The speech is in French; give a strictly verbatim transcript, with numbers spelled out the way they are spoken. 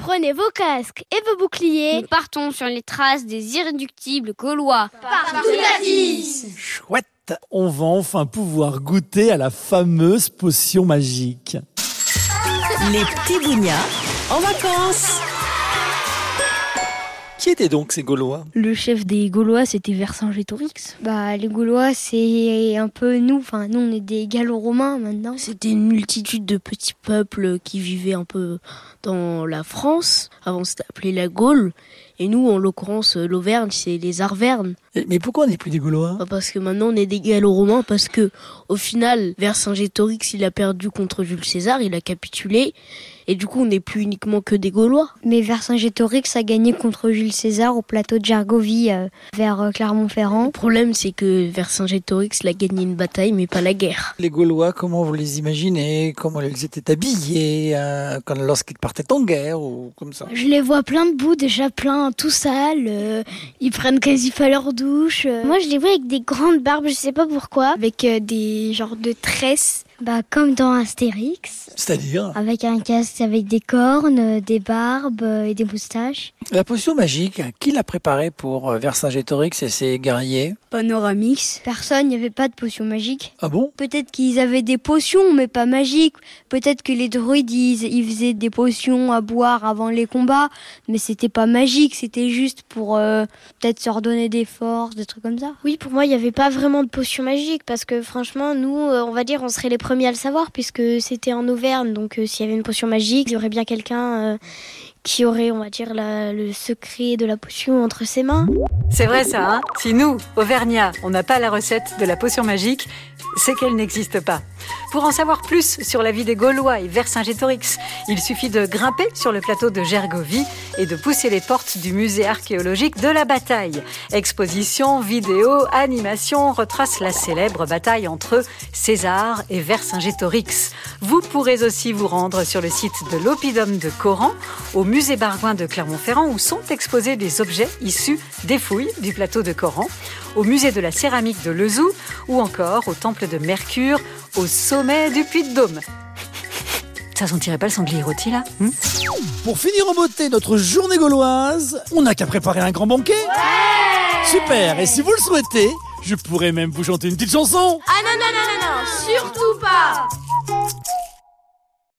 Prenez vos casques et vos boucliers. Nous partons sur les traces des irréductibles Gaulois. Partout à dix. Chouette, on va enfin pouvoir goûter à la fameuse potion magique. Les petits bougnats en vacances. Qui étaient donc ces Gaulois ? Le chef des Gaulois, c'était Vercingétorix. Bah, les Gaulois, c'est un peu nous. Enfin, nous, on est des Gallo-Romains maintenant. C'était une multitude de petits peuples qui vivaient un peu dans la France. Avant, c'était appelé la Gaule. Et nous, en l'occurrence, l'Auvergne, c'est les Arvernes. Mais pourquoi on n'est plus des Gaulois ? Bah parce que maintenant, on est des Gallo-Romains. Parce que, au final, Vercingétorix, il a perdu contre Jules César. Il a capitulé. Et du coup, on n'est plus uniquement que des Gaulois. Mais Vercingétorix a gagné contre Jules César au plateau de Gergovie, euh, vers euh, Clermont-Ferrand. Le problème, c'est que Vercingétorix a gagné une bataille, mais pas la guerre. Les Gaulois, comment vous les imaginez ? Comment ils étaient habillés euh, quand, lorsqu'ils partaient en guerre ou comme ça ? Je les vois plein de boue, déjà plein, tout sales. Euh, ils prennent quasi pas leur douche. Euh. Moi, je les vois avec des grandes barbes, je sais pas pourquoi. Avec euh, des genres de tresses. Bah, comme dans Astérix. C'est-à-dire ? Avec un casque avec des cornes, des barbes et des moustaches. La potion magique, qui l'a préparée pour Vercingétorix et ses guerriers ? Panoramix. Personne, il n'y avait pas de potion magique. Ah bon ? Peut-être qu'ils avaient des potions, mais pas magiques. Peut-être que les druides, ils, ils faisaient des potions à boire avant les combats, mais c'était pas magique, c'était juste pour euh, peut-être se redonner des forces, des trucs comme ça. Oui, pour moi, il n'y avait pas vraiment de potion magique, parce que franchement, nous, euh, on va dire, on serait les premiers à le savoir, puisque c'était en Auvergne, donc euh, s'il y avait une potion magique, il y aurait bien quelqu'un euh, qui aurait, on va dire, la, le secret de la potion entre ses mains. C'est vrai ça, hein ? Si nous, Auvergnats, on n'a pas la recette de la potion magique, c'est qu'elle n'existe pas. Pour en savoir plus sur la vie des Gaulois et Vercingétorix, il suffit de grimper sur le plateau de Gergovie et de pousser les portes du musée archéologique de la bataille. Exposition, vidéo, animation retracent la célèbre bataille entre César et Vercingétorix. Vous pourrez aussi vous rendre sur le site de l'Oppidum de Coran, au musée Bargoin de Clermont-Ferrand, où sont exposés des objets issus des fouilles du plateau de Coran, au musée de la céramique de Lezoux, ou encore au temple de Mercure, au sommet du Puy-de-Dôme. Ça sentirait pas le sanglier rôti, là hmm Pour finir en beauté notre journée gauloise, on n'a qu'à préparer un grand banquet. Ouais ! Super. Et si vous le souhaitez, je pourrais même vous chanter une petite chanson. Ah non, non, non, non, non, surtout pas.